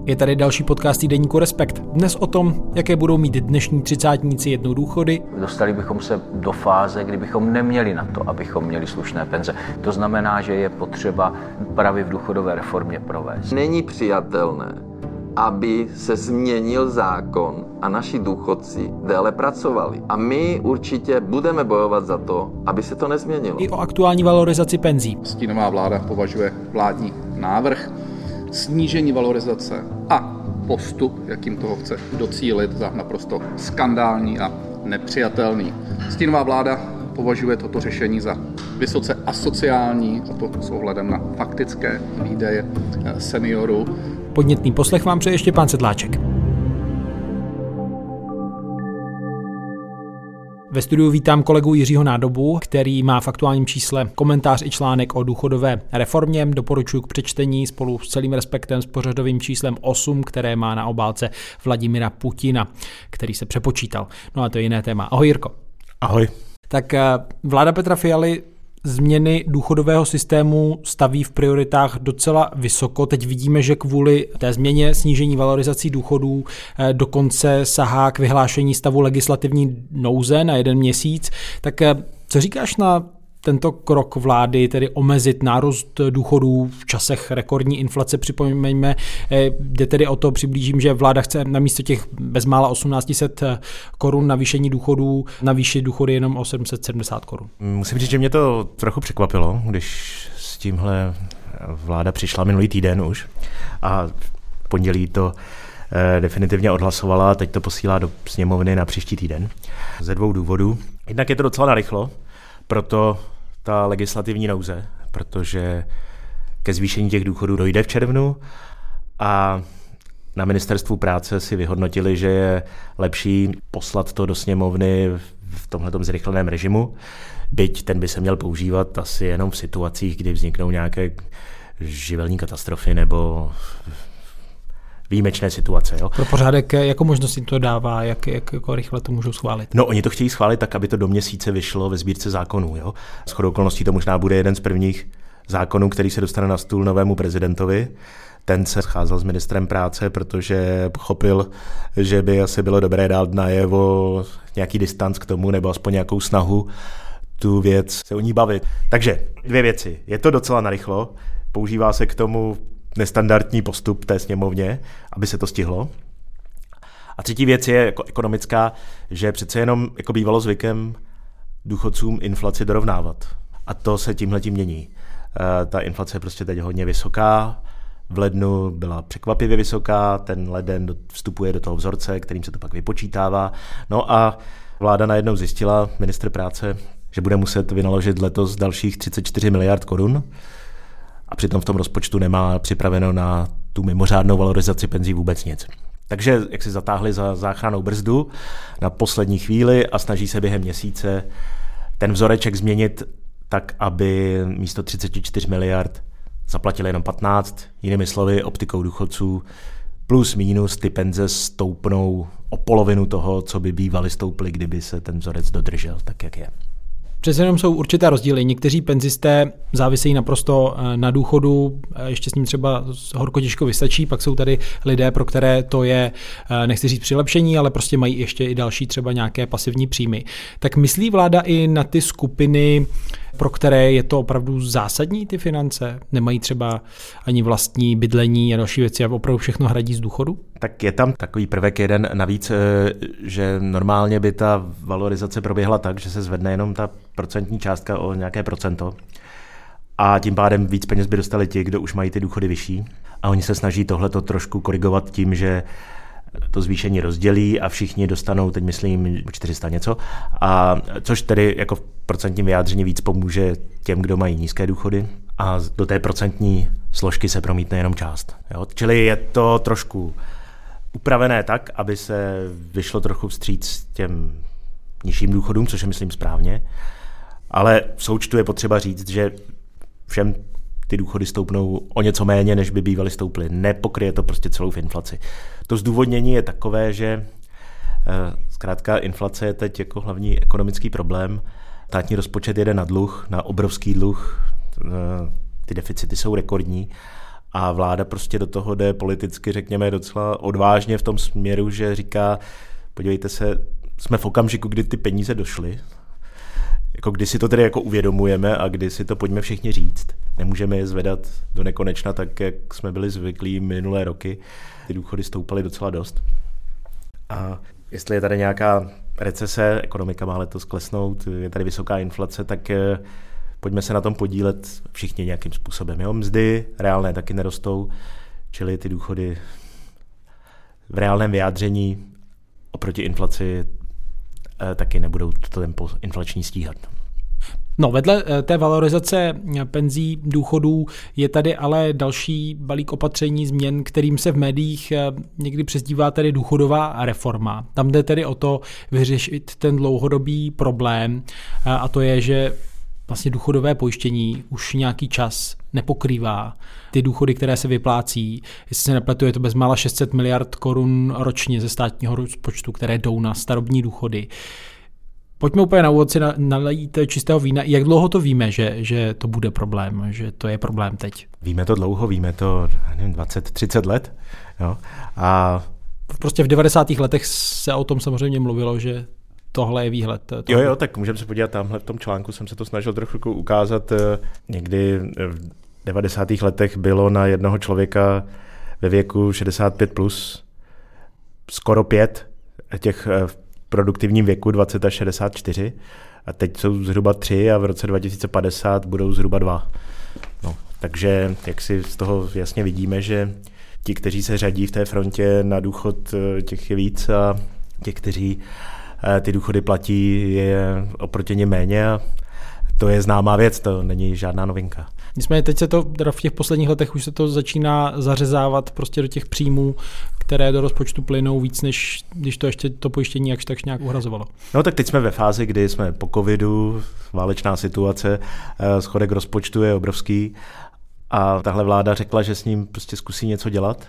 Je tady další podcast týdeníku Respekt. Dnes o tom, jaké budou mít dnešní třicátníci jednou důchody. Dostali bychom se do fáze, kdybychom neměli na to, abychom měli slušné penze. To znamená, že je potřeba úpravy v důchodové reformě provést. Není přijatelné, aby se změnil zákon a naši důchodci déle pracovali. A my určitě budeme bojovat za to, aby se to nezměnilo. I o aktuální valorizaci penzí. Stínová vláda považuje vládní návrh snížení valorizace a postup, jakým toho chce docílit, za naprosto skandální a nepřijatelný. Stínová vláda považuje toto řešení za vysoce asociální, a to s ohledem na faktické výdaje seniorů. Podnětný poslech vám přeje Štěpán Sedláček. Ve studiu vítám kolegu Jiřího Nádobu, který má v aktuálním čísle komentář i článek o důchodové reformě. Doporučuji k přečtení spolu s celým Respektem s pořadovým číslem 8, které má na obálce Vladimira Putina, který se přepočítal. No a to je jiné téma. Ahoj Jirko. Ahoj. Tak vláda Petra Fialy změny důchodového systému staví v prioritách docela vysoko. Teď vidíme, že kvůli té změně snížení valorizací důchodů dokonce sahá k vyhlášení stavu legislativní nouze na 1 měsíc. Tak co říkáš na tento krok vlády, tedy omezit nárůst důchodů v časech rekordní inflace? Připomeňme, jde tedy o to, přiblížím, že vláda chce namísto těch bezmála 1800 korun navýšení důchodů navýšit důchody jenom o 770 korun. Musím říct, že mě to trochu překvapilo, když s tímhle vláda přišla minulý týden už a v pondělí to definitivně odhlasovala a teď to posílá do sněmovny na příští týden. Ze 2 důvodů. Jednak je to docela narychlo, proto ta legislativní nouze, protože ke zvýšení těch důchodů dojde v červnu a na ministerstvu práce si vyhodnotili, že je lepší poslat to do sněmovny v tomhletom zrychleném režimu, byť ten by se měl používat asi jenom v situacích, kdy vzniknou nějaké živelní katastrofy nebo výjimečné situace. Jo. Pro pořádek, jako možnost jim to dává, jak jako rychle to můžou schválit? No, oni to chtějí schválit tak, aby to do měsíce vyšlo ve sbírce zákonů. Jo. Shodou okolností to možná bude jeden z prvních zákonů, který se dostane na stůl novému prezidentovi. Ten se scházel s ministrem práce, protože pochopil, že by asi bylo dobré dát najevo nějaký distanc k tomu, nebo aspoň nějakou snahu tu věc se o ní bavit. Takže 2 věci. Je to docela narychlo, používá se k tomu nestandardní postup té sněmovně, aby se to stihlo. A třetí věc je jako ekonomická, že přece jenom jako bývalo zvykem důchodcům inflaci dorovnávat. A to se tímhletím mění. Ta inflace je prostě teď hodně vysoká, v lednu byla překvapivě vysoká, ten leden vstupuje do toho vzorce, kterým se to pak vypočítává. No a vláda najednou zjistila, ministr práce, že bude muset vynaložit letos dalších 34 miliard korun, a přitom v tom rozpočtu nemá připraveno na tu mimořádnou valorizaci penzí vůbec nic. Takže jak si zatáhli za záchrannou brzdu na poslední chvíli a snaží se během měsíce ten vzoreček změnit tak, aby místo 34 miliard zaplatili jenom 15, jinými slovy optikou důchodců, plus minus ty penze stoupnou o polovinu toho, co by bývaly stouply, kdyby se ten vzorec dodržel tak, jak je. Přece jenom jsou určité rozdíly. Někteří penzisté závisejí naprosto na důchodu, ještě s ním třeba horko těžko vystačí, pak jsou tady lidé, pro které to je, nechci říct přilepšení, ale prostě mají ještě i další třeba nějaké pasivní příjmy. Tak myslí vláda i na ty skupiny, pro které je to opravdu zásadní, ty finance? Nemají třeba ani vlastní bydlení a další věci a opravdu všechno hradí z důchodu? Tak je tam takový prvek jeden navíc, že normálně by ta valorizace proběhla tak, že se zvedne jenom ta procentní částka o nějaké procento a tím pádem víc peněz by dostali ti, kdo už mají ty důchody vyšší. A oni se snaží tohleto trošku korigovat tím, že to zvýšení rozdělí a všichni dostanou, teď myslím, 400 něco, a což tedy jako v procentním vyjádření víc pomůže těm, kdo mají nízké důchody a do té procentní složky se promítne jenom část. Jo? Čili je to trošku upravené tak, aby se vyšlo trochu vstříc těm nižším důchodům, což je myslím správně, ale v součtu je potřeba říct, že všem ty důchody stoupnou o něco méně, než by bývaly stouply. Nepokryje to prostě celou inflaci. To zdůvodnění je takové, že zkrátka inflace je teď jako hlavní ekonomický problém. Státní rozpočet jede na dluh, na obrovský dluh, ty deficity jsou rekordní A vláda prostě do toho jde politicky, řekněme, docela odvážně v tom směru, že říká, podívejte se, jsme v okamžiku, kdy ty peníze došly, jako kdy si to tedy jako uvědomujeme a kdy si to pojďme všichni říct. Nemůžeme je zvedat do nekonečna tak, jak jsme byli zvyklí minulé roky. Ty důchody stoupaly docela dost. A jestli je tady nějaká recese, ekonomika má letos klesnout, je tady vysoká inflace, tak pojďme se na tom podílet všichni nějakým způsobem. Jo? Mzdy reálné taky nerostou, čili ty důchody v reálném vyjádření oproti inflaci taky nebudou to tempo inflační stíhat. No, vedle té valorizace penzí, důchodů je tady ale další balík opatření změn, kterým se v médiích někdy přezdívá tedy důchodová reforma. Tam jde tedy o to vyřešit ten dlouhodobý problém a to je, že vlastně důchodové pojištění už nějaký čas nepokrývá ty důchody, které se vyplácí. Jestli se nepletu, je to bezmála 600 miliard korun ročně ze státního rozpočtu, které jdou na starobní důchody. Pojďme úplně na úvod si nalít čistého vína. Jak dlouho to víme, že to bude problém, že to je problém teď? Víme to dlouho, víme to 20-30 let. Jo? A prostě v 90. letech se o tom samozřejmě mluvilo, že tohle je výhled. Jo, tak můžeme se podívat tamhle v tom článku, jsem se to snažil trochu ukázat. Někdy v 90. letech bylo na jednoho člověka ve věku 65 plus skoro 5 těch v produktivním věku 20 až 64 a teď jsou zhruba 3 a v roce 2050 budou zhruba 2. No, takže jak si z toho jasně vidíme, že ti, kteří se řadí v té frontě na důchod, těch je víc a těch, kteří ty důchody platí, je oproti ně méně a to je známá věc, to není žádná novinka. Nicméně teď se to, v těch posledních letech už se to začíná zařezávat prostě do těch příjmů, které do rozpočtu plynou víc, než když to ještě to pojištění jakž tak nějak uhrazovalo. No tak teď jsme ve fázi, kdy jsme po covidu, válečná situace, schodek rozpočtu je obrovský a tahle vláda řekla, že s ním prostě zkusí něco dělat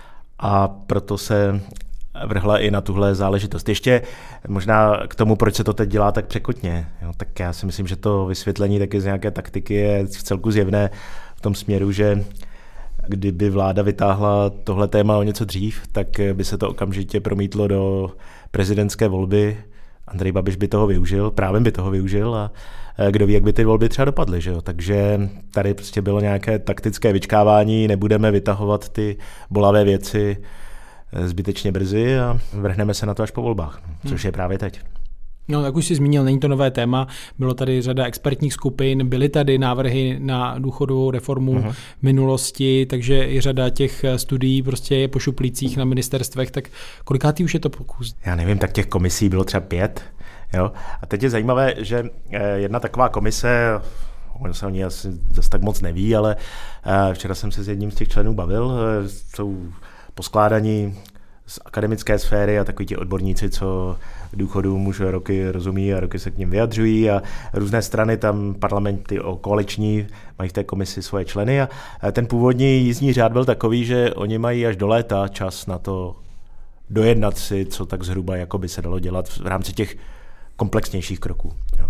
a proto se vrhla i na tuhle záležitost. Ještě možná k tomu, proč se to teď dělá tak překotně. Jo, tak já si myslím, že to vysvětlení taky z nějaké taktiky je v celku zjevné v tom směru, že kdyby vláda vytáhla tohle téma o něco dřív, tak by se to okamžitě promítlo do prezidentské volby. Andrej Babiš by toho využil, právě by toho využil a kdo ví, jak by ty volby třeba dopadly. Že jo? Takže tady prostě bylo nějaké taktické vyčkávání, nebudeme vytahovat ty bolavé věci zbytečně brzy a vrhneme se na to až po volbách, což je právě teď. No, jak už jsi zmínil, není to nové téma, bylo tady řada expertních skupin, byly tady návrhy na důchodovou reformu v minulosti, takže i řada těch studií prostě je po šuplících na ministerstvech, tak kolikátý už je to pokus? Já nevím, tak těch komisí bylo třeba 5, jo. A teď je zajímavé, že jedna taková komise, ono se o ní asi zase tak moc neví, ale včera jsem se s jedním z těch členů bavil, jsou poskládaní z akademické sféry a takoví ti odborníci, co důchodům už roky rozumí a roky se k ním vyjadřují a různé strany tam parlamenty koaliční mají v té komisi svoje členy a ten původní jízdní řád byl takový, že oni mají až do léta čas na to dojednat si, co tak zhruba jako by se dalo dělat v rámci těch komplexnějších kroků. Jo.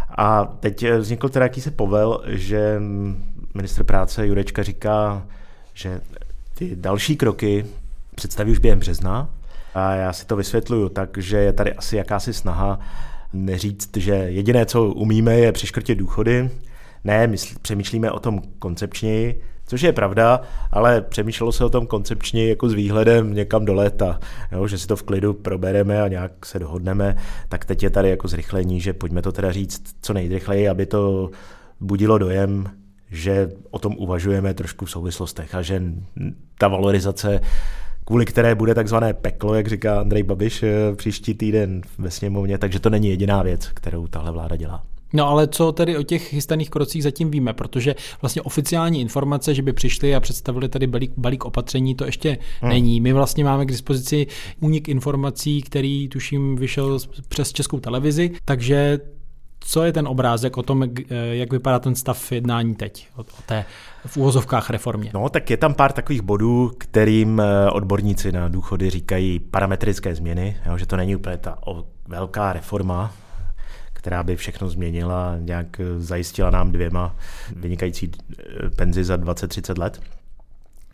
A teď vznikl teda jakýsi povel, že ministr práce Jurečka říká, že ty další kroky představí už během března a já si to vysvětluju tak, že je tady asi jakási snaha neříct, že jediné, co umíme, je přiškrtit důchody. Ne, přemýšlíme o tom koncepčněji, což je pravda, ale přemýšlelo se o tom koncepčněji jako s výhledem někam do léta, jo, že si to v klidu probereme a nějak se dohodneme, tak teď je tady jako zrychlení, že pojďme to teda říct co nejrychleji, aby to budilo dojem, že o tom uvažujeme trošku v souvislostech a že ta valorizace, kvůli které bude takzvané peklo, jak říká Andrej Babiš příští týden ve sněmovně, takže to není jediná věc, kterou tahle vláda dělá. No ale co tedy o těch chystaných krocích zatím víme, protože vlastně oficiální informace, že by přišli a představili tady balík opatření, to ještě není. My vlastně máme k dispozici únik informací, který tuším vyšel přes Českou televizi, takže co je ten obrázek o tom, jak vypadá ten stav jednání teď, o té v úvozovkách reformě? No, tak je tam pár takových bodů, kterým odborníci na důchody říkají parametrické změny, jo, že to není úplně ta velká reforma, která by všechno změnila, nějak zajistila nám 2 vynikající penzi za 20-30 let.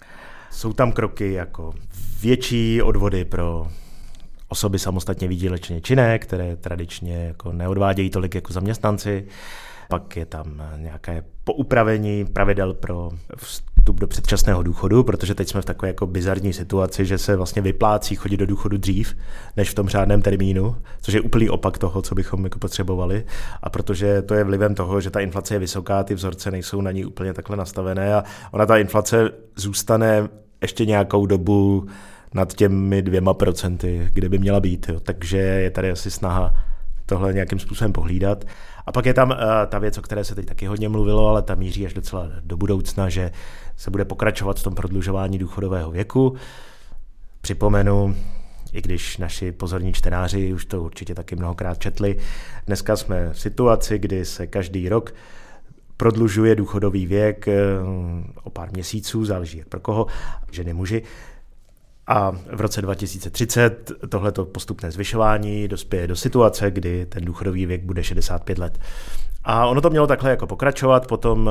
Jsou tam kroky jako větší odvody pro osoby samostatně výdělečně činné, které tradičně jako neodvádějí tolik jako zaměstnanci. Pak je tam nějaké poupravení pravidel pro vstup do předčasného důchodu, protože teď jsme v takové jako bizarní situaci, že se vlastně vyplácí chodit do důchodu dřív, než v tom řádném termínu, což je úplný opak toho, co bychom jako potřebovali. A protože to je vlivem toho, že ta inflace je vysoká, ty vzorce nejsou na ní úplně takhle nastavené a ona ta inflace zůstane ještě nějakou dobu nad těmi 2%, kde by měla být. Jo. Takže je tady asi snaha tohle nějakým způsobem pohlídat. A pak je tam ta věc, o které se teď taky hodně mluvilo, ale ta míří až docela do budoucna, že se bude pokračovat v tom prodlužování důchodového věku. Připomenu, i když naši pozorní čtenáři už to určitě taky mnohokrát četli, dneska jsme v situaci, kdy se každý rok prodlužuje důchodový věk o pár měsíců, záleží jak pro koho, ženy, muži. A v roce 2030 tohleto postupné zvyšování dospěje do situace, kdy ten důchodový věk bude 65 let. A ono to mělo takhle jako pokračovat, potom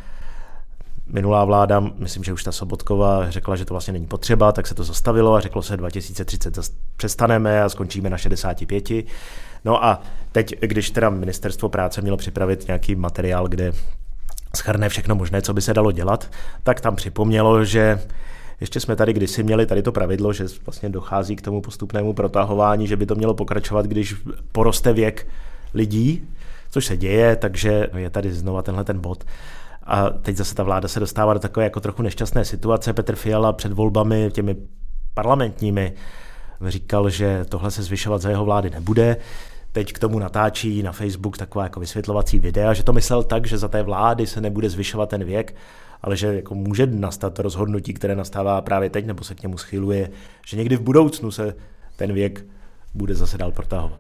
minulá vláda, myslím, že už ta Sobotkova řekla, že to vlastně není potřeba, tak se to zastavilo a řeklo se 2030 přestaneme a skončíme na 65. No a teď, když teda ministerstvo práce mělo připravit nějaký materiál, kde shrne všechno možné, co by se dalo dělat, tak tam připomnělo, že ještě jsme tady kdysi měli tady to pravidlo, že vlastně dochází k tomu postupnému protahování, že by to mělo pokračovat, když poroste věk lidí, což se děje, takže je tady znova tenhle ten bod. A teď zase ta vláda se dostává do takové jako trochu nešťastné situace. Petr Fiala před volbami těmi parlamentními říkal, že tohle se zvyšovat za jeho vlády nebude. Teď k tomu natáčí na Facebook taková jako vysvětlovací videa, že to myslel tak, že za té vlády se nebude zvyšovat ten věk, ale že jako může nastat rozhodnutí, které nastává právě teď, nebo se k němu schyluje, že někdy v budoucnu se ten věk bude zase dál protahovat.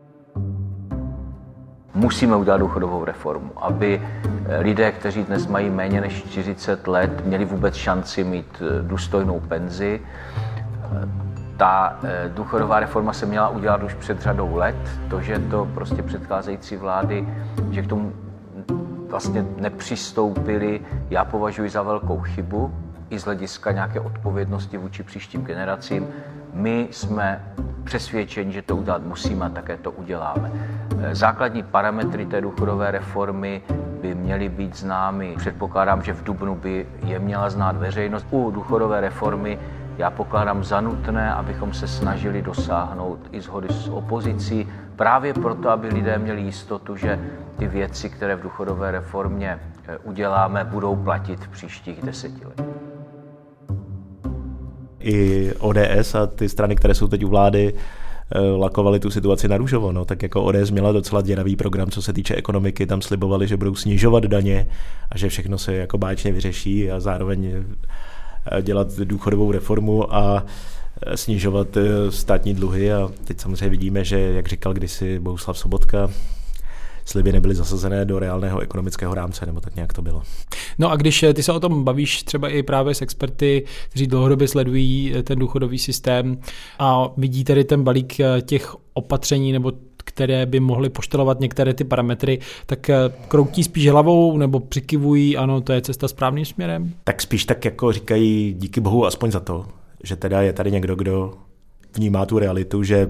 Musíme udělat důchodovou reformu, aby lidé, kteří dnes mají méně než 40 let, měli vůbec šanci mít důstojnou penzi. Ta důchodová reforma se měla udělat už před řadou let. To, že to prostě předcházející vlády, že k tomu vlastně nepřistoupili, já považuji za velkou chybu i z hlediska nějaké odpovědnosti vůči příštím generacím. My jsme přesvědčeni, že to udělat musíme a také to uděláme. Základní parametry té důchodové reformy by měly být známy. Předpokládám, že v dubnu by je měla znát veřejnost. U důchodové reformy já pokládám za nutné, abychom se snažili dosáhnout i shody s opozicí, právě proto, aby lidé měli jistotu, že ty věci, které v důchodové reformě uděláme, budou platit v příštích 10 letech. I ODS a ty strany, které jsou teď u vlády, lakovali tu situaci na růžovo. No, tak jako ODS měla docela děravý program, co se týče ekonomiky, tam slibovali, že budou snižovat daně a že všechno se jako báječně vyřeší a zároveň dělat důchodovou reformu a snižovat státní dluhy. A teď samozřejmě vidíme, že, jak říkal kdysi Bohuslav Sobotka, sliby nebyly zasazené do reálného ekonomického rámce, nebo tak nějak to bylo. No a když ty se o tom bavíš třeba i právě s experty, kteří dlouhodobě sledují ten důchodový systém a vidí tady ten balík těch opatření, nebo které by mohly poštelovat některé ty parametry, tak kroutí spíš hlavou nebo přikivují, ano, to je cesta správným směrem? Tak spíš tak jako říkají díky bohu aspoň za to, že teda je tady někdo, kdo vnímá tu realitu, že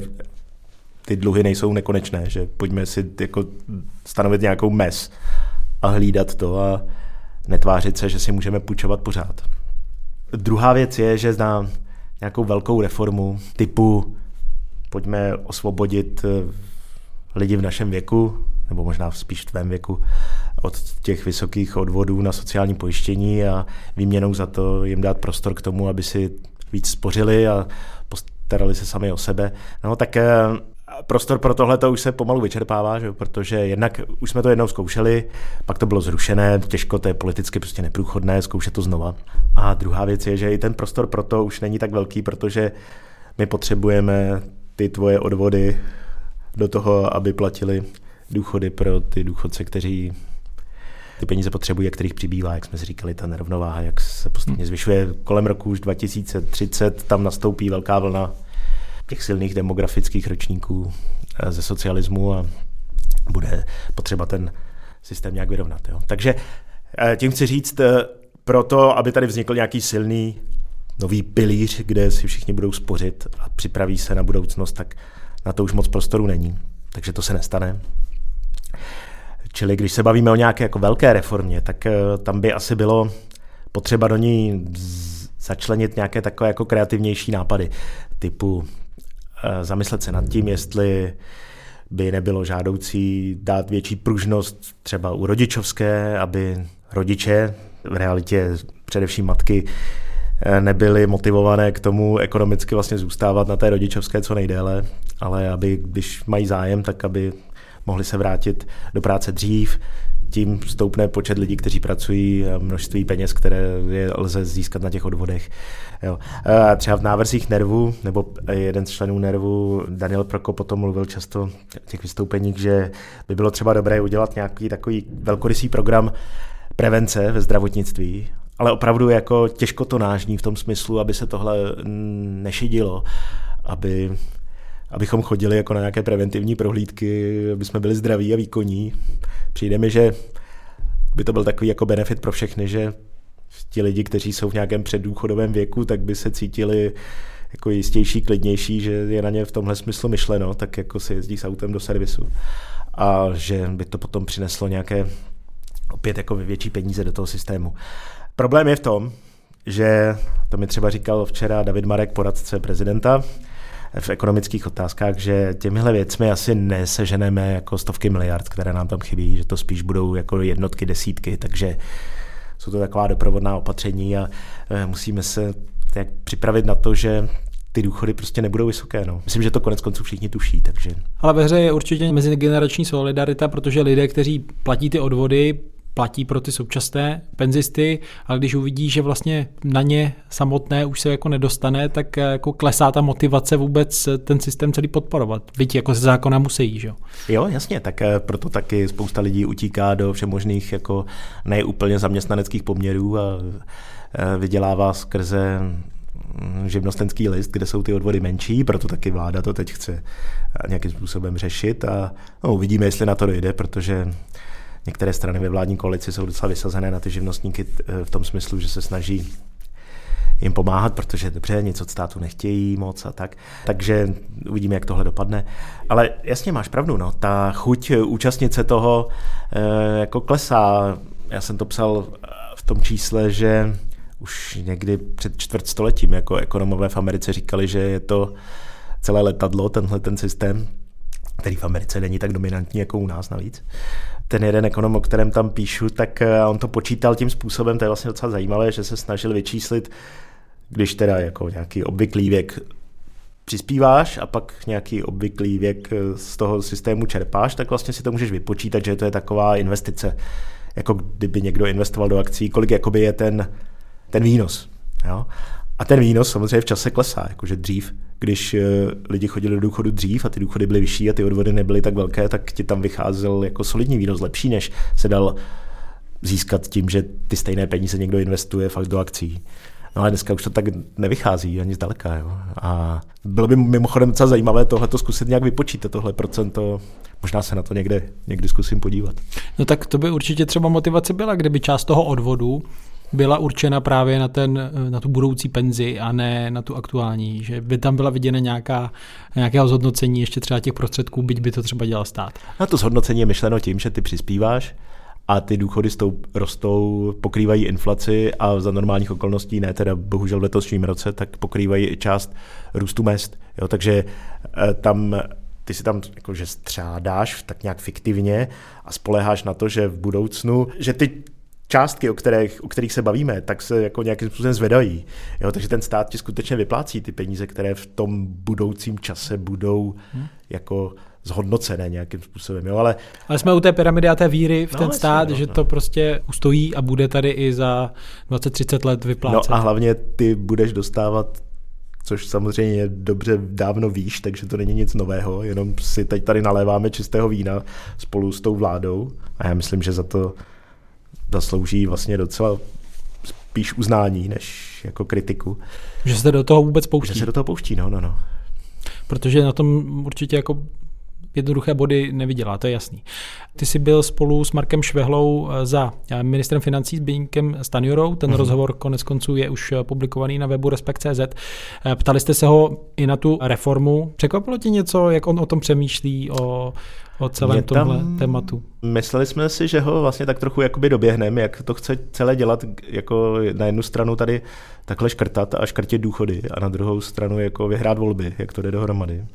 ty dluhy nejsou nekonečné, že pojďme si jako stanovit nějakou mez a hlídat to a netvářit se, že si můžeme půjčovat pořád. Druhá věc je, že na nějakou velkou reformu typu pojďme osvobodit lidi v našem věku, nebo možná spíš v tvém věku, od těch vysokých odvodů na sociální pojištění a výměnou za to jim dát prostor k tomu, aby si víc spořili a postarali se sami o sebe. No tak prostor pro tohle to už se pomalu vyčerpává, že? Protože jednak už jsme to jednou zkoušeli, pak to bylo zrušené, těžko, to je politicky prostě neprůchodné, zkoušet to znova. A druhá věc je, že i ten prostor pro to už není tak velký, protože my potřebujeme ty tvoje odvody do toho, aby platili důchody pro ty důchodce, kteří ty peníze potřebují, a kterých přibývá, jak jsme si říkali, ta nerovnováha, jak se postupně zvyšuje. Kolem roku už 2030 tam nastoupí velká vlna těch silných demografických ročníků ze socialismu a bude potřeba ten systém nějak vyrovnat. Jo. Takže tím chci říct, proto, aby tady vznikl nějaký silný nový pilíř, kde si všichni budou spořit a připraví se na budoucnost, tak na to už moc prostoru není. Takže to se nestane. Čili když se bavíme o nějaké jako velké reformě, tak tam by asi bylo potřeba do ní začlenit nějaké takové jako kreativnější nápady, typu zamyslet se nad tím, jestli by nebylo žádoucí dát větší pružnost třeba u rodičovské, aby rodiče, v realitě především matky, nebyly motivované k tomu ekonomicky vlastně zůstávat na té rodičovské co nejdéle, ale aby, když mají zájem, tak aby mohli se vrátit do práce dřív, tím stoupne počet lidí, kteří pracují, množství peněz, které lze získat na těch odvodech. Jo. Třeba v návrzích NERVu, nebo jeden z členů NERVu, Daniel Prokop, potom mluvil často v těch vystoupeních, že by bylo třeba dobré udělat nějaký takový velkorysý program prevence ve zdravotnictví, ale opravdu jako těžkotonážní v tom smyslu, aby se tohle nešidilo, abychom chodili jako na nějaké preventivní prohlídky, aby jsme byli zdraví a výkonní. Přijde mi, že by to byl takový jako benefit pro všechny, že ti lidi, kteří jsou v nějakém předdůchodovém věku, tak by se cítili jako jistější, klidnější, že je na ně v tomhle smyslu myšleno, tak jako se jezdí s autem do servisu. A že by to potom přineslo nějaké opět jako větší peníze do toho systému. Problém je v tom, že to mi třeba říkal včera David Marek, poradce prezidenta, v ekonomických otázkách, že těmihle věcmi asi neseženeme jako stovky miliard, které nám tam chybí, že to spíš budou jako jednotky, desítky, takže jsou to taková doprovodná opatření a musíme se tak připravit na to, že ty důchody prostě nebudou vysoké. No. Myslím, že to konec konců všichni tuší. Takže. Ale ve hře je určitě mezigenerační solidarita, protože lidé, kteří platí ty odvody, platí pro ty současné penzisty, ale když uvidí, že vlastně na ně samotné už se jako nedostane, tak jako klesá ta motivace vůbec ten systém celý podporovat. Byť jako ze zákona musí, že jo? Jo, jasně, tak proto taky spousta lidí utíká do všemožných jako neúplně zaměstnaneckých poměrů a vydělává skrze živnostenský list, kde jsou ty odvody menší, proto taky vláda to teď chce nějakým způsobem řešit a uvidíme, jestli na to dojde, protože některé strany ve vládní koalici jsou docela vysazené na ty živnostníky v tom smyslu, že se snaží jim pomáhat, protože dobře, nic od státu nechtějí moc a tak. Takže uvidíme, jak tohle dopadne. Ale jasně máš pravdu, no. Ta chuť účastnit se toho jako klesá. Já jsem to psal v tom čísle, že už někdy před čtvrtstoletím jako ekonomové v Americe říkali, že je to celé letadlo, ten systém, který v Americe není tak dominantní jako u nás navíc. Ten jeden ekonom, o kterém tam píšu, tak on to počítal tím způsobem, to je vlastně docela zajímavé, že se snažil vyčíslit, když teda jako nějaký obvyklý věk přispíváš a pak nějaký obvyklý věk z toho systému čerpáš, tak vlastně si to můžeš vypočítat, že to je taková investice, jako kdyby někdo investoval do akcí, kolik jakoby je ten výnos. Jo? A ten výnos samozřejmě v čase klesá, jakože dřív, když lidi chodili do důchodu dřív a ty důchody byly vyšší a ty odvody nebyly tak velké, tak ti tam vycházel jako solidní výnos, lepší, než se dal získat tím, že ty stejné peníze někdo investuje fakt do akcí. No ale dneska už to tak nevychází ani zdaleka. Jo. A bylo by mimochodem docela zajímavé tohleto zkusit nějak vypočítat, tohle procento. Možná se na to někdy zkusím podívat. No tak to by určitě třeba motivace byla, kdyby část toho odvodu byla určena právě na tu budoucí penzi a ne na tu aktuální, že by tam byla viděna nějakého zhodnocení ještě třeba těch prostředků, byť by to třeba dělal stát. A to zhodnocení je myšleno tím, že ty přispíváš a ty důchody rostou, pokrývají inflaci a za normálních okolností, ne teda bohužel v letošním roce, tak pokrývají i část růstu mezd. Jo, takže ty si tam jakože střádáš tak nějak fiktivně a spoléháš na to, že v budoucnu, že ty částky, o kterých se bavíme, tak se jako nějakým způsobem zvedají. Jo, takže ten stát ti skutečně vyplácí ty peníze, které v tom budoucím čase budou jako zhodnocené nějakým způsobem. Jo, ale jsme u té pyramidy a té víry v ten stát, že to prostě ustojí a bude tady i za 20-30 let vyplácet. No a hlavně ty budeš dostávat, což samozřejmě dobře dávno víš, takže to není nic nového, jenom si teď tady naléváme čistého vína spolu s tou vládou a já myslím, že za to zaslouží vlastně docela spíš uznání, než jako kritiku. Že se do toho vůbec pouští. Že se do toho pouští, no. Protože na tom určitě jako jednoduché body neviděla, to je jasný. Ty jsi byl spolu s Markem Švehlou za ministrem financí Zbyňkem Stanjurou, ten rozhovor konec konců je už publikovaný na webu Respekt.cz. Ptali jste se ho i na tu reformu. Překvapilo tě něco, jak on o tom přemýšlí, o celém tomhle tématu? Mysleli jsme si, že ho vlastně tak trochu jakoby doběhneme, jak to chce celé dělat, jako na jednu stranu tady takhle škrtat a škrtit důchody a na druhou stranu jako vyhrát volby, jak to jde dohromady.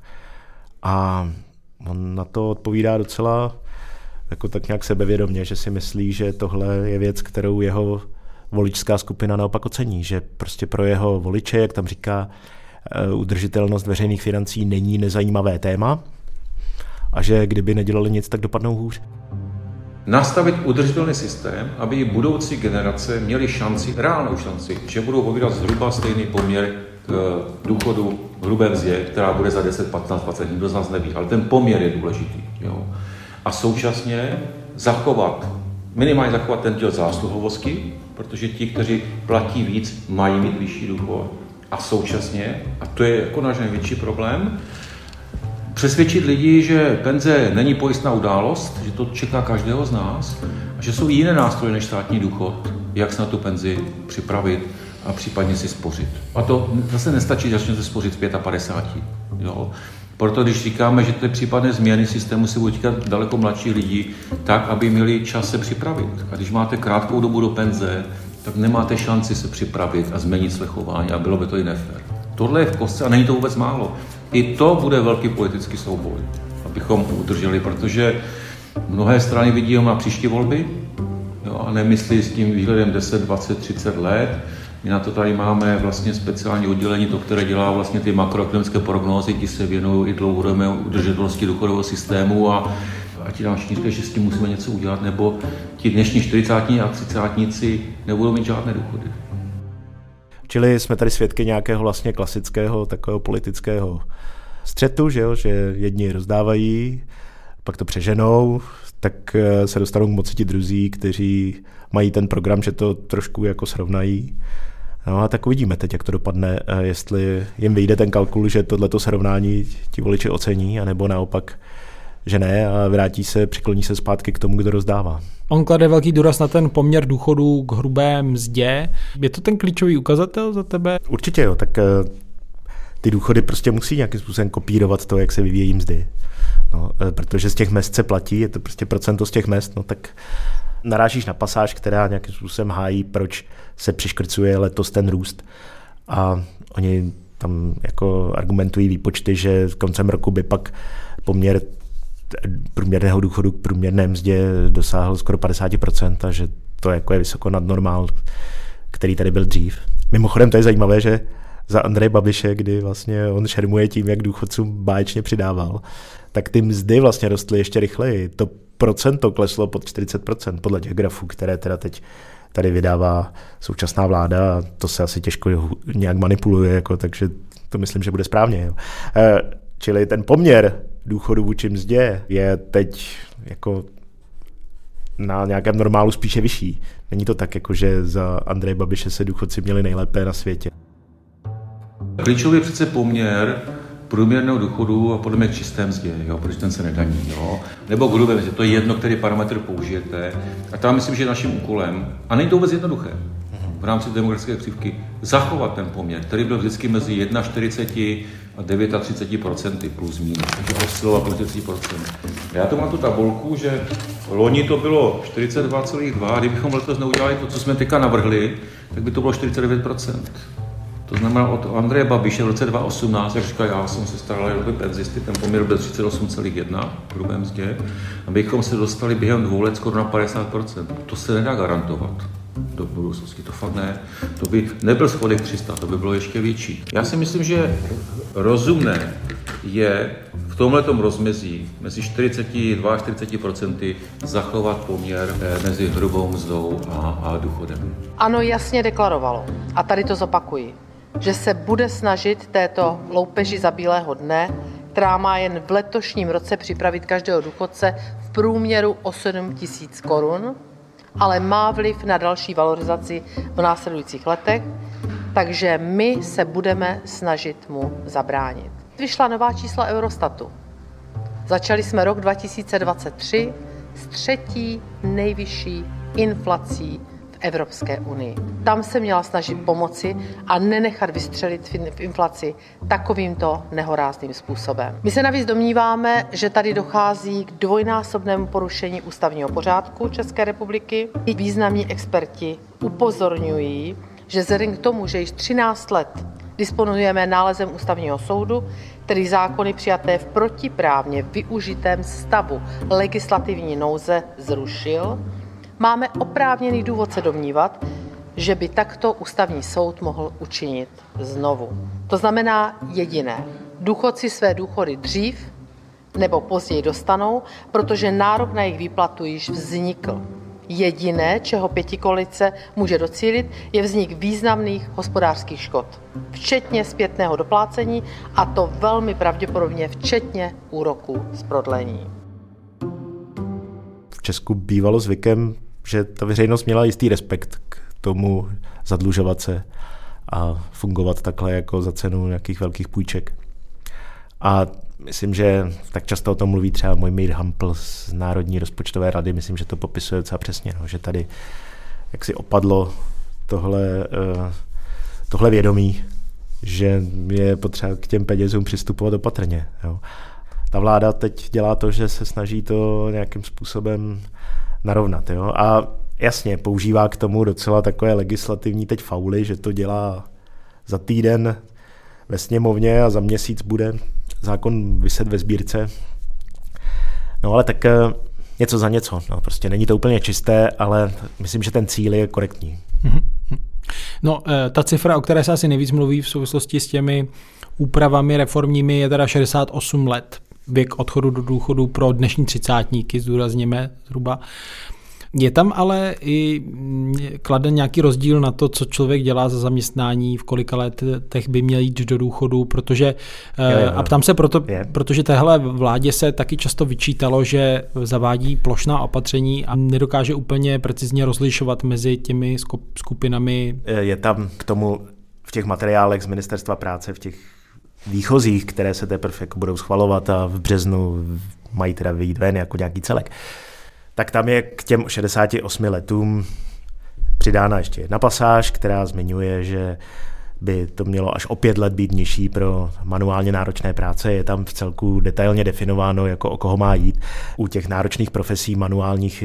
A on na to odpovídá docela jako tak nějak sebevědomě, že si myslí, že tohle je věc, kterou jeho voličská skupina naopak ocení, že prostě pro jeho voliče, jak tam říká, udržitelnost veřejných financí není nezajímavé téma a že kdyby nedělali nic, tak dopadnou hůř. Nastavit udržitelný systém, aby i budoucí generace měly šanci, reálnou šanci, že budou pobírat zhruba stejný poměr k důchodu hrubé mzdě, která bude za 10, 15, 20, nikdo z nás neví, ale ten poměr je důležitý. Jo. A současně minimálně zachovat ten díl zásluhovosti, protože ti, kteří platí víc, mají mít vyšší důchod. A současně, a to je jako náš největší problém, přesvědčit lidi, že penze není pojistná událost, že to čeká každého z nás a že jsou jiné nástroje než státní důchod, jak se na tu penzi připravit a případně si spořit. A to zase nestačí, že začnete spořit v 55. Jo. Proto když říkáme, že ty případné změny systému se budou týkat daleko mladších lidí, tak, aby měli čas se připravit. A když máte krátkou dobu do penze, tak nemáte šanci se připravit a změnit své chování a bylo by to i nefér. Tohle je v kostce a není to vůbec málo. I to bude velký politický souboj, abychom udrželi, protože mnohé strany vidí ho na příští volby, jo, a nemyslí s tím výhledem 10, 20, 30 let. My na to tady máme vlastně speciální oddělení, to, které dělá vlastně ty makroekonomické prognózy, ti se věnují i dlouhodobé udržitelnosti důchodového systému a ti nám všichni říkají, že s tím musíme něco udělat, nebo ti dnešní 40 a 30 nebudou mít žádné důchody. Čili jsme tady svědky nějakého vlastně klasického takového politického střetu, že jedni rozdávají, pak to přeženou, tak se dostanou k moci ti druzí, kteří mají ten program, že to trošku jako srovnají. No a tak uvidíme teď, jak to dopadne, jestli jim vyjde ten kalkul, že tohleto srovnání ti voliči ocení, anebo naopak, že ne a přikloní se zpátky k tomu, kdo rozdává. On klade velký důraz na ten poměr důchodů k hrubé mzdě. Je to ten klíčový ukazatel za tebe? Určitě jo, tak ty důchody prostě musí nějakým způsobem kopírovat to, jak se vyvíjejí mzdy. No, protože z těch mezd se platí, je to prostě procento z těch mezd, no tak narážíš na pasáž, která nějakým způsobem hájí, proč se přiškrcuje letos ten růst. A oni tam jako argumentují výpočty, že koncem roku by pak poměr průměrného důchodu k průměrné mzdě dosáhl skoro 50%, a že to jako je vysoko nad normál, který tady byl dřív. Mimochodem to je zajímavé, že za Andreje Babiše, kdy vlastně on šermuje tím, jak důchodcům báječně přidával, tak ty mzdy vlastně rostly ještě rychleji. To procento kleslo pod 40% podle těch grafů, které teda teď tady vydává současná vláda, a to se asi těžko nějak manipuluje, jako, takže to myslím, že bude správně. Jo. Čili ten poměr důchodu vůči mzdě je teď jako na nějakém normálu spíše vyšší. Není to tak, jako že za Andreje Babiše se důchodci měli nejlépe na světě. Klíčový je přece poměr průměrného důchodu a podle mě k čisté mzdě, jo, protože ten se nedaní. Jo. Nebo k hrubé mzdě, to je jedno, který parametr použijete. A tam myslím, že je naším úkolem, a není to vůbec jednoduché, v rámci demografické křivky, zachovat ten poměr, který byl vždycky mezi 41 a 39% plus minus, takže oscilovat 40%. Já to mám tu tabulku, že loni to bylo 42,2, a kdybychom letos neudělali to, co jsme teďka navrhli, tak by to bylo 49%. To znamená od Andreje Babiše v roce 2018, jak říkal, já jsem se staral o penzisty, ten poměr byl 38,1 v hrubé mzdě, abychom se dostali během 2 let skoro na 50%. To se nedá garantovat do budoucnosti, to fakt ne. To by nebyl schodek 300, to by bylo ještě větší. Já si myslím, že rozumné je v tomhletom rozmezí mezi 42 a 40% zachovat poměr mezi hrubou mzdou a důchodem. ANO jasně deklarovalo, a tady to zopakuji, že se bude snažit této loupeži za bílého dne, která má jen v letošním roce připravit každého důchodce v průměru o 7 000 korun, ale má vliv na další valorizaci v následujících letech, takže my se budeme snažit mu zabránit. Vyšla nová čísla Eurostatu. Začali jsme rok 2023 s třetí nejvyšší inflací v Evropské unii. Tam se měla snažit pomoci a nenechat vystřelit v inflaci takovýmto nehorázným způsobem. My se navíc domníváme, že tady dochází k dvojnásobnému porušení ústavního pořádku České republiky. Významní experti upozorňují, že vzhledem k tomu, že již 13 let disponujeme nálezem Ústavního soudu, který zákony přijaté v protiprávně využitém stavu legislativní nouze zrušil, máme oprávněný důvod se domnívat, že by takto Ústavní soud mohl učinit znovu. To znamená jediné. Důchodci své důchody dřív nebo později dostanou, protože nárok na jejich výplatu již vznikl. Jediné, čeho pětikoalice může docílit, je vznik významných hospodářských škod, včetně zpětného doplácení, a to velmi pravděpodobně včetně úroků z prodlení. V Česku bývalo zvykem, že ta veřejnost měla jistý respekt k tomu zadlužovat se a fungovat takhle jako za cenu nějakých velkých půjček. A myslím, že tak často o tom mluví třeba Mojmír Hampl z Národní rozpočtové rady, myslím, že to popisuje docela přesně, no, že tady jaksi opadlo tohle vědomí, že je potřeba k těm penězům přistupovat opatrně. Jo. Ta vláda teď dělá to, že se snaží to nějakým způsobem narovnat. Jo. A jasně, používá k tomu docela takové legislativní teď fauly, že to dělá za týden ve sněmovně a za měsíc bude zákon viset ve sbírce. No ale tak něco za něco. No, prostě není to úplně čisté, ale myslím, že ten cíl je korektní. No, ta cifra, o které se asi nejvíc mluví v souvislosti s těmi úpravami reformními, je teda 68 let. Věk odchodu do důchodu pro dnešní třicátníky, zdůrazněme zhruba. Je tam ale i kladen nějaký rozdíl na to, co člověk dělá za zaměstnání, v kolika letech by měl jít do důchodu, protože a ptám se proto, protože téhle vládě se taky často vyčítalo, že zavádí plošná opatření a nedokáže úplně precizně rozlišovat mezi těmi skupinami. Je tam k tomu v těch materiálech z Ministerstva práce, v těch výchozích, které se teprve jako budou schvalovat a v březnu mají teda vyjít ven jako nějaký celek, tak tam je k těm 68 letům přidána ještě jedna pasáž, která zmiňuje, že by to mělo až o 5 let být nižší pro manuálně náročné práce. Je tam v celku detailně definováno, jako o koho má jít. U těch náročných profesí manuálních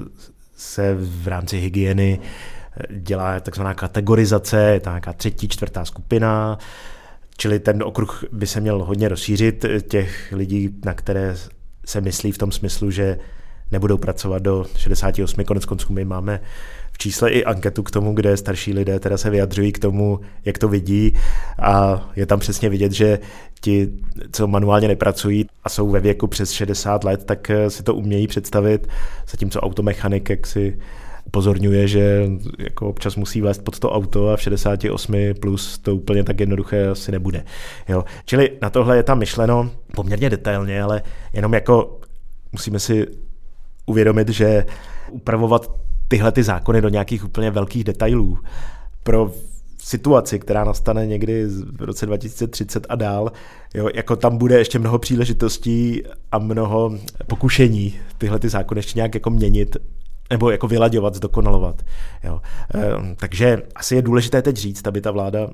se v rámci hygieny dělá takzvaná kategorizace, je to nějaká 3., 4. skupina, čili ten okruh by se měl hodně rozšířit těch lidí, na které se myslí v tom smyslu, že nebudou pracovat do 68. Konec konců my máme v čísle i anketu k tomu, kde starší lidé teda se vyjadřují k tomu, jak to vidí, a je tam přesně vidět, že ti, co manuálně nepracují a jsou ve věku přes 60 let, tak si to umějí představit, zatímco automechanik, jak si upozorňuje, že jako občas musí vlézt pod to auto a v 68 plus to úplně tak jednoduché asi nebude. Jo. Čili na tohle je tam myšleno poměrně detailně, ale jenom jako musíme si uvědomit, že upravovat tyhle ty zákony do nějakých úplně velkých detailů pro situaci, která nastane někdy v roce 2030 a dál, jo, jako tam bude ještě mnoho příležitostí a mnoho pokušení tyhle ty zákony ještě nějak jako měnit nebo jako vylaďovat, zdokonalovat. Jo. Takže asi je důležité teď říct, aby ta vláda,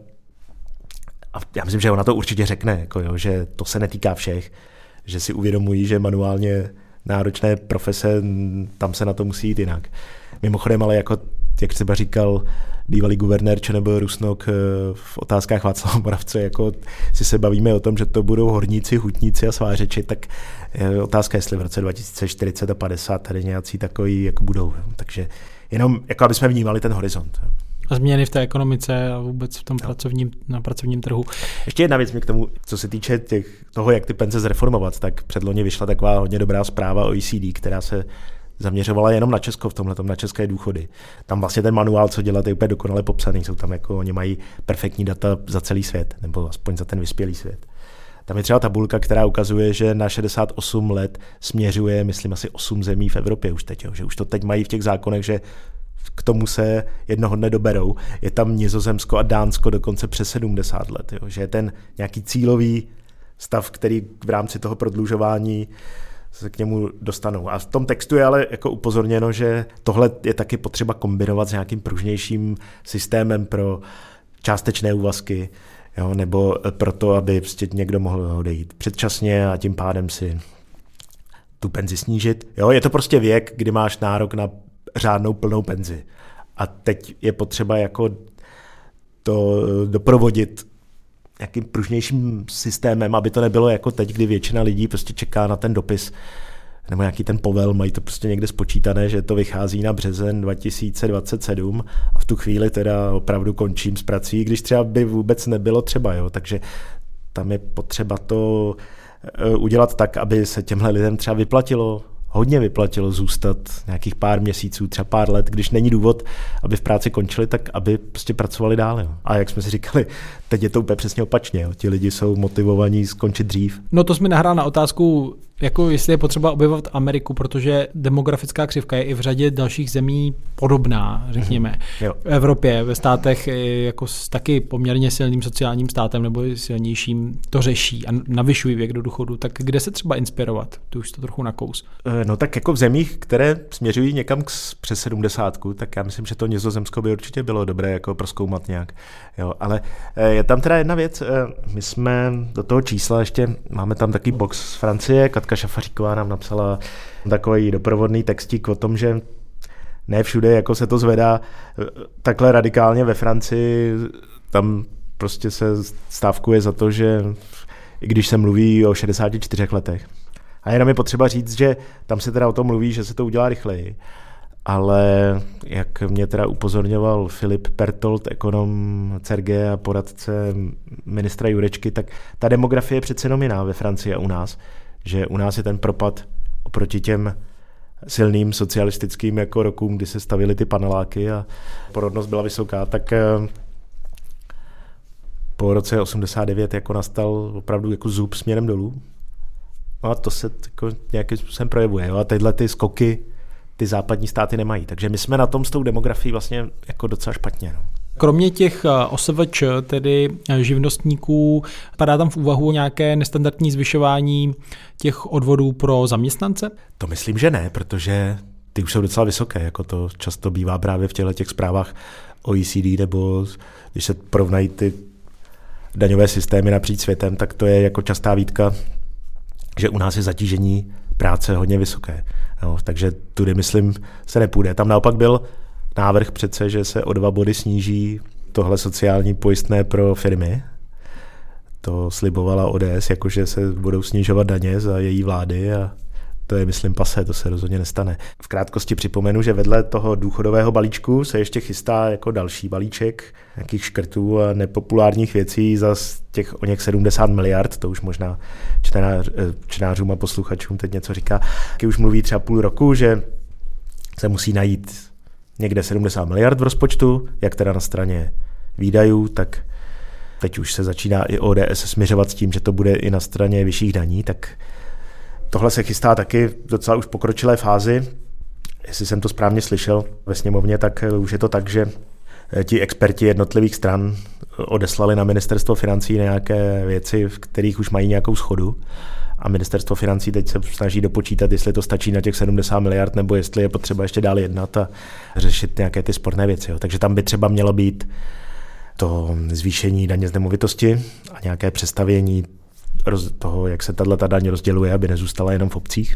a já myslím, že ona to určitě řekne, jako jo, že to se netýká všech, že si uvědomují, že manuálně náročné profese, tam se na to musí jít jinak. Mimochodem, ale jako, jak třeba říkal bývalý guvernér ČNB Rusnok v Otázkách Václava Moravce, jako si se bavíme o tom, že to budou horníci, hutníci a svářeči, tak je otázka, jestli v roce 2040 a 50 tady nějací takový jako budou. Takže jenom, jako aby jsme vnímali ten horizont. A změny v té ekonomice a vůbec v tom na pracovním trhu. Ještě jedna věc mě k tomu, co se týče toho, jak ty penze zreformovat, tak předloni vyšla taková hodně dobrá zpráva OECD, která se zaměřovala jenom na Česko v tomhletom, na české důchody. Tam vlastně ten manuál, co dělat, je úplně dokonale popsaný. Jsou tam jako, oni mají perfektní data za celý svět, nebo aspoň za ten vyspělý svět. Tam je třeba tabulka, která ukazuje, že na 68 let směřuje, myslím, asi 8 zemí v Evropě už teď, jo, že už to teď mají v těch zákonech, že k tomu se jednoho dne doberou. Je tam Nizozemsko a Dánsko dokonce přes 70 let, jo, že je ten nějaký cílový stav, který v rámci toho prodlužování se k němu dostanou. A v tom textu je ale jako upozorněno, že tohle je taky potřeba kombinovat s nějakým pružnějším systémem pro částečné úvazky, jo, nebo proto, aby prostě někdo mohl odejít předčasně a tím pádem si tu penzi snížit. Jo, je to prostě věk, kdy máš nárok na řádnou plnou penzi. A teď je potřeba jako to doprovodit nějakým pružnějším systémem, aby to nebylo jako teď, kdy většina lidí prostě čeká na ten dopis nebo nějaký ten povel, mají to prostě někde spočítané, že to vychází na březen 2027 a v tu chvíli teda opravdu končím s prací, když třeba by vůbec nebylo třeba, jo, takže tam je potřeba to udělat tak, aby se těmhle lidem třeba hodně vyplatilo zůstat nějakých pár měsíců, třeba pár let, když není důvod, aby v práci končili, tak aby prostě pracovali dál. Jo. A jak jsme si říkali, teď je to úplně přesně opačně. Jo. Ti lidi jsou motivovaní skončit dřív. No to jsi mi nahrál na otázku, jako jestli je potřeba objevovat Ameriku, protože demografická křivka je i v řadě dalších zemí podobná, řekněme. V Evropě, ve státech jako s taky poměrně silným sociálním státem nebo silnějším to řeší a navyšují věk do důchodu. Tak kde se třeba inspirovat? Ty už to trochu nakous. No tak jako v zemích, které směřují někam přes 70, tak já myslím, že to Nizozemsko by určitě bylo dobré jako prozkoumat nějak. Jo, ale je tam teda jedna věc, my jsme do toho čísla ještě, máme tam takový box z Francie, Katka Šafaříková nám napsala takový doprovodný textík o tom, že ne všude jako se to zvedá takhle radikálně ve Francii, tam prostě se stávkuje za to, že i když se mluví o 64 letech. A jenom je potřeba říct, že tam se teda o tom mluví, že se to udělá rychleji. Ale jak mě teda upozorňoval Filip Pertold, ekonom CERGE a poradce ministra Jurečky, tak ta demografie je přece jenom jiná ve Francii a u nás. Že u nás je ten propad oproti těm silným socialistickým jako rokům, kdy se stavily ty paneláky a porodnost byla vysoká, tak po roce 89 jako nastal opravdu jako zub směrem dolů. No a to se jako nějakým způsobem projevuje. Jo? A tyhle ty skoky ty západní státy nemají. Takže my jsme na tom s tou demografií vlastně jako docela špatně. No. Kromě těch OSVČ, tedy živnostníků, padá tam v úvahu nějaké nestandardní zvyšování těch odvodů pro zaměstnance? To myslím, že ne, protože ty už jsou docela vysoké, jako to často bývá právě v těch zprávách OECD, nebo když se porovnají ty daňové systémy napříč světem, tak to je jako častá výtka, že u nás je zatížení práce hodně vysoké. No, takže tudy, myslím, se nepůjde. Tam naopak byl návrh přece, že se o 2 body sníží tohle sociální pojistné pro firmy. To slibovala ODS, jakože se budou snižovat daně za její vlády a to je, myslím, pasé, to se rozhodně nestane. V krátkosti připomenu, že vedle toho důchodového balíčku se ještě chystá jako další balíček nějakých škrtů a nepopulárních věcí za těch o něch 70 miliard, to už možná čtenářům a posluchačům teď něco říká. Taky už mluví třeba půl roku, že se musí najít někde 70 miliard v rozpočtu, jak teda na straně výdajů, tak teď už se začíná i ODS směřovat s tím, že to bude i na straně vyšších daní, tak tohle se chystá taky v docela už pokročilé fázi. Jestli jsem to správně slyšel ve sněmovně, tak už je to tak, že ti experti jednotlivých stran odeslali na ministerstvo financí nějaké věci, v kterých už mají nějakou shodu. A ministerstvo financí teď se snaží dopočítat, jestli to stačí na těch 70 miliard, nebo jestli je potřeba ještě dál jednat a řešit nějaké ty sporné věci. Jo. Takže tam by třeba mělo být to zvýšení daně z nemovitosti a nějaké přestavění toho, jak se tato daň rozděluje, aby nezůstala jenom v obcích.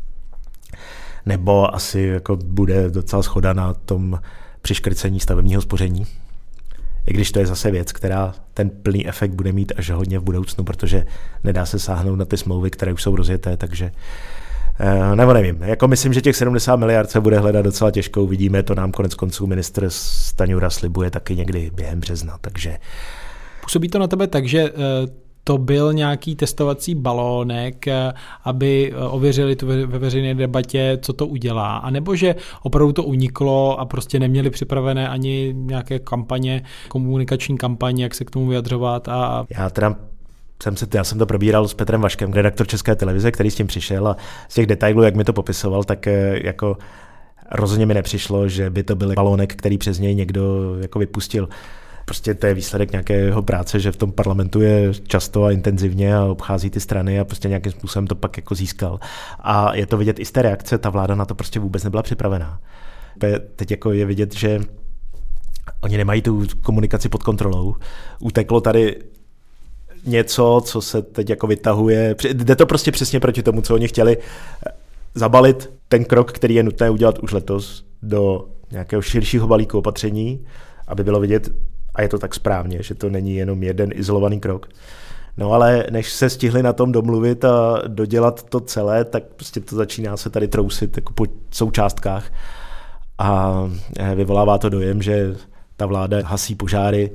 Nebo asi jako bude docela shoda na tom přiškrcení stavebního spoření. I když to je zase věc, která ten plný efekt bude mít až hodně v budoucnu, protože nedá se sáhnout na ty smlouvy, které už jsou rozjeté, takže nebo nevím. Jako myslím, že těch 70 miliard se bude hledat docela těžko. Uvidíme, to nám konec konců ministr Stanjura slibuje taky někdy během března, takže působí to na tebe tak, že to byl nějaký testovací balónek, aby ověřili tu ve veřejné debatě, co to udělá, anebo že opravdu to uniklo a prostě neměli připravené ani nějaké kampaně, komunikační kampaně, jak se k tomu vyjadřovat. Já jsem to probíral s Petrem Vaškem, redaktor České televize, který s tím přišel a z těch detailů, jak mi to popisoval, tak jako rozhodně mi nepřišlo, že by to byl balónek, který přes něj někdo jako vypustil. Prostě to je výsledek nějakého práce, že v tom parlamentu je často a intenzivně a obchází ty strany a prostě nějakým způsobem to pak jako získal. A je to vidět i z té reakce, ta vláda na to prostě vůbec nebyla připravená. Teď jako je vidět, že oni nemají tu komunikaci pod kontrolou. Uteklo tady něco, co se teď jako vytahuje. Jde to prostě přesně proti tomu, co oni chtěli zabalit ten krok, který je nutné udělat už letos do nějakého širšího balíku opatření, aby bylo vidět, a je to tak správně, že to není jenom jeden izolovaný krok. No ale než se stihli na tom domluvit a dodělat to celé, tak prostě to začíná se tady trousit jako po součástkách a vyvolává to dojem, že ta vláda hasí požáry.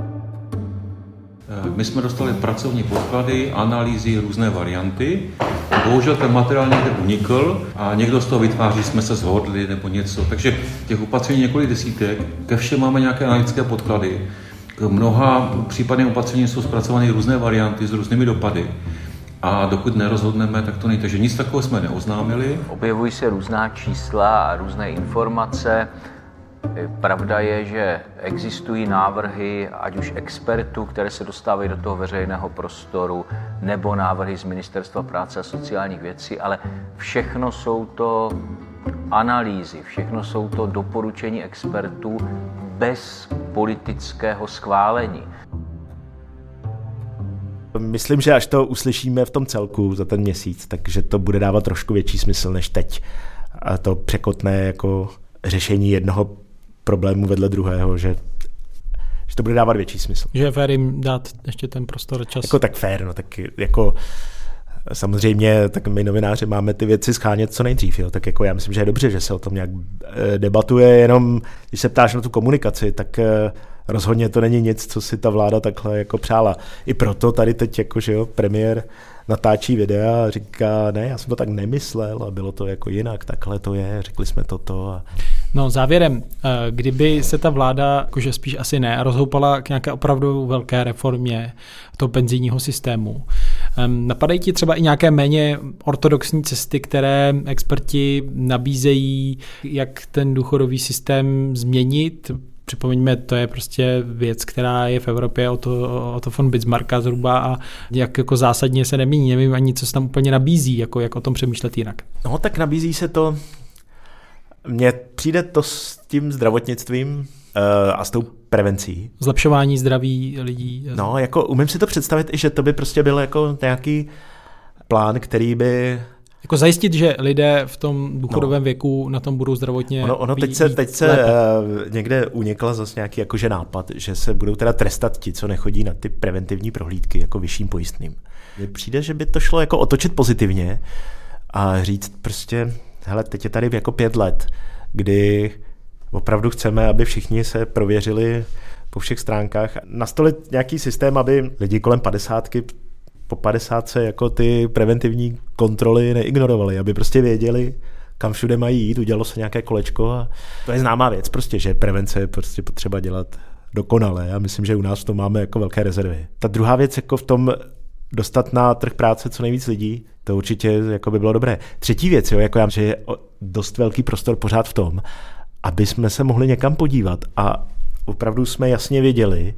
My jsme dostali pracovní podklady, analýzy, různé varianty. Bohužel ten materiál někde unikl a někdo z toho vytváří, jsme se shodli nebo něco. Takže těch opatření několik desítek, ke všem máme nějaké analytické podklady. K mnoha případným opatřením jsou zpracovány různé varianty s různými dopady. A dokud nerozhodneme, tak to není. Takže nic takového jsme neoznámili. Objevují se různá čísla a různé informace. Pravda je, že existují návrhy, ať už expertů, které se dostávají do toho veřejného prostoru, nebo návrhy z Ministerstva práce a sociálních věcí, ale všechno jsou to analýzy, všechno jsou to doporučení expertů bez politického schválení. Myslím, že až to uslyšíme v tom celku za ten měsíc, takže to bude dávat trošku větší smysl než teď. A to překotné jako řešení jednoho problému vedle druhého, že to bude dávat větší smysl. Že je fér jim dát ještě ten prostor a čas. Jako tak fér, no tak jako samozřejmě tak my novináři máme ty věci schánět co nejdřív, jo, tak jako já myslím, že je dobře, že se o tom nějak debatuje, jenom když se ptáš na tu komunikaci, tak rozhodně to není nic, co si ta vláda takhle jako přála. I proto tady teď jako, že jo, premiér natáčí videa a říká, ne, já jsem to tak nemyslel a bylo to jako jinak, takhle to je, řekli jsme toto. A... No závěrem, kdyby se ta vláda, jakože spíš asi ne, rozhoupala k nějaké opravdu velké reformě toho penzijního systému, napadají ti třeba i nějaké méně ortodoxní cesty, které experti nabízejí, jak ten důchodový systém změnit? Připomeňme, to je prostě věc, která je v Evropě o to von Bismarcka zhruba a jak jako zásadně se nemění. Nevím ani, co se tam úplně nabízí, jako jak o tom přemýšlet jinak. No tak nabízí se to, mně přijde to s tím zdravotnictvím a s tou prevencí. Zlepšování zdraví lidí. No, jako umím si to představit i, že to by prostě byl jako nějaký plán, který by... Jako zajistit, že lidé v tom důchodovém věku na tom budou zdravotně Ono teď se někde unikla zase nějaký jakože nápad, že se budou teda trestat ti, co nechodí na ty preventivní prohlídky jako vyšším pojistným. Mně přijde, že by to šlo jako otočit pozitivně a říct prostě, hele, teď je tady jako 5 let, kdy opravdu chceme, aby všichni se prověřili po všech stránkách. Nastolit nějaký systém, aby lidi kolem 50 po 50 jako ty preventivní kontroly neignorovali, aby prostě věděli, kam všude mají jít, udělalo se nějaké kolečko a to je známá věc prostě, že prevence je prostě potřeba dělat dokonale. Já myslím, že u nás to máme jako velké rezervy. Ta druhá věc jako v tom dostat na trh práce co nejvíc lidí, to určitě jako by bylo dobré. Třetí věc, jo, jako já myslím, že je dost velký prostor pořád v tom, aby jsme se mohli někam podívat a opravdu jsme jasně věděli,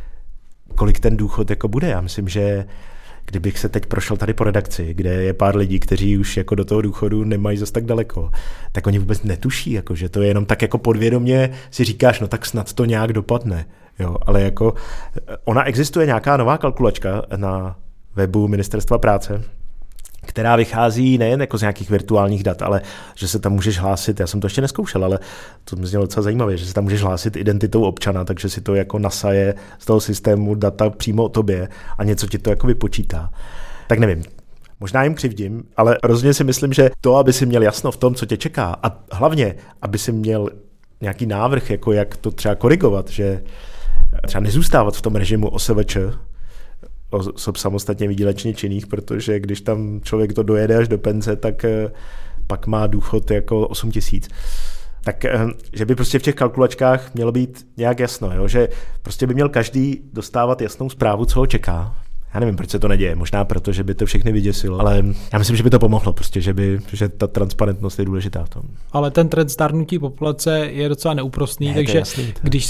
kolik ten důchod jako bude. Já myslím, že kdybych se teď prošel tady po redakci, kde je pár lidí, kteří už jako do toho důchodu nemají zas tak daleko, tak oni vůbec netuší, jako, že to je jenom tak jako podvědomě si říkáš, no tak snad to nějak dopadne. Jo, ale jako ona existuje nějaká nová kalkulačka na webu Ministerstva práce, která vychází nejen jako z nějakých virtuálních dat, ale že se tam můžeš hlásit, já jsem to ještě nezkoušel, ale to mi znělo docela zajímavé, že se tam můžeš hlásit identitou občana, takže si to jako nasaje z toho systému data přímo o tobě a něco ti to jako vypočítá. Tak nevím, možná jim křivdím, ale rozhodně si myslím, že to, aby si měl jasno v tom, co tě čeká a hlavně, aby si měl nějaký návrh, jako jak to třeba korigovat, že třeba nezůstávat v tom režimu OSVČ, osob samostatně výdělečně činných, protože když tam člověk to dojede až do penze, tak pak má důchod jako 8 000. Tak, že by prostě v těch kalkulačkách mělo být nějak jasno, jo? Že prostě by měl každý dostávat jasnou zprávu, co ho čeká. Já nevím, proč se to neděje, možná proto, že by to všechny vyděsilo, ale já myslím, že by to pomohlo, prostě, že ta transparentnost je důležitá v tom. Ale ten trend stárnutí populace je docela neúprosný, takže když se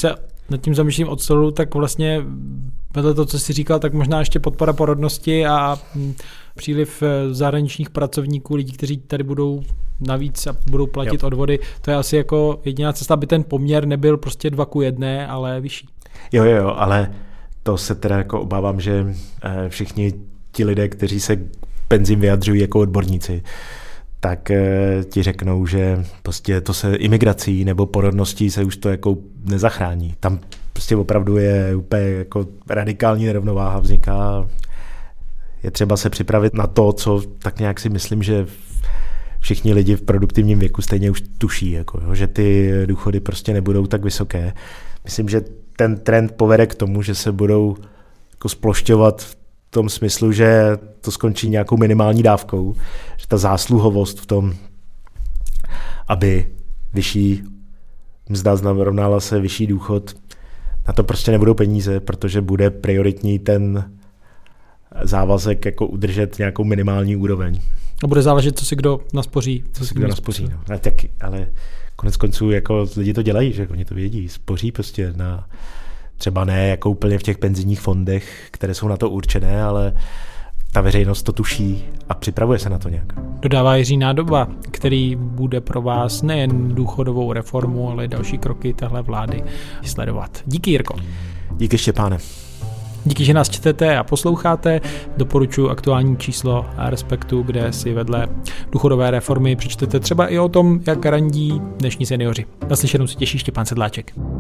nad tím zamýšlím od stolu, tak vlastně vedle to, co jsi říkal, tak možná ještě podpora porodnosti a příliv zahraničních pracovníků, lidí, kteří tady budou navíc a budou platit odvody. To je asi jako jediná cesta, aby ten poměr nebyl prostě 2:1, ale vyšší. Jo, ale to se teda jako obávám, že všichni ti lidé, kteří se penzím vyjadřují jako odborníci, tak ti řeknou, že prostě to se imigrací nebo porodností se už to jako nezachrání. Tam prostě opravdu je úplně jako radikální nerovnováha vzniká. Je třeba se připravit na to, co tak nějak si myslím, že všichni lidi v produktivním věku stejně už tuší, jako, že ty důchody prostě nebudou tak vysoké. Myslím, že ten trend povede k tomu, že se budou jako splošťovat v tom smyslu, že to skončí nějakou minimální dávkou, že ta zásluhovost v tom, aby vyšší mzda znamenala se vyšší důchod, na to prostě nebudou peníze, protože bude prioritní ten závazek jako udržet nějakou minimální úroveň. A bude záležet, co si kdo naspoří. Co si kdo naspoří, no. Ale konec konců jako lidi to dělají, že oni to vědí, spoří prostě na třeba ne jako úplně v těch penzijních fondech, které jsou na to určené, ale ta veřejnost to tuší a připravuje se na to nějak. Dodává Jiří Nádoba, který bude pro vás nejen důchodovou reformu, ale i další kroky téhle vlády sledovat. Díky, Jirko. Díky, Štěpáne. Díky, že nás čtete a posloucháte. Doporučuji aktuální číslo Respektu, kde si vedle důchodové reformy přečtete třeba i o tom, jak randí dnešní seniori. Naslyšenou se těší Štěpán Sedláček.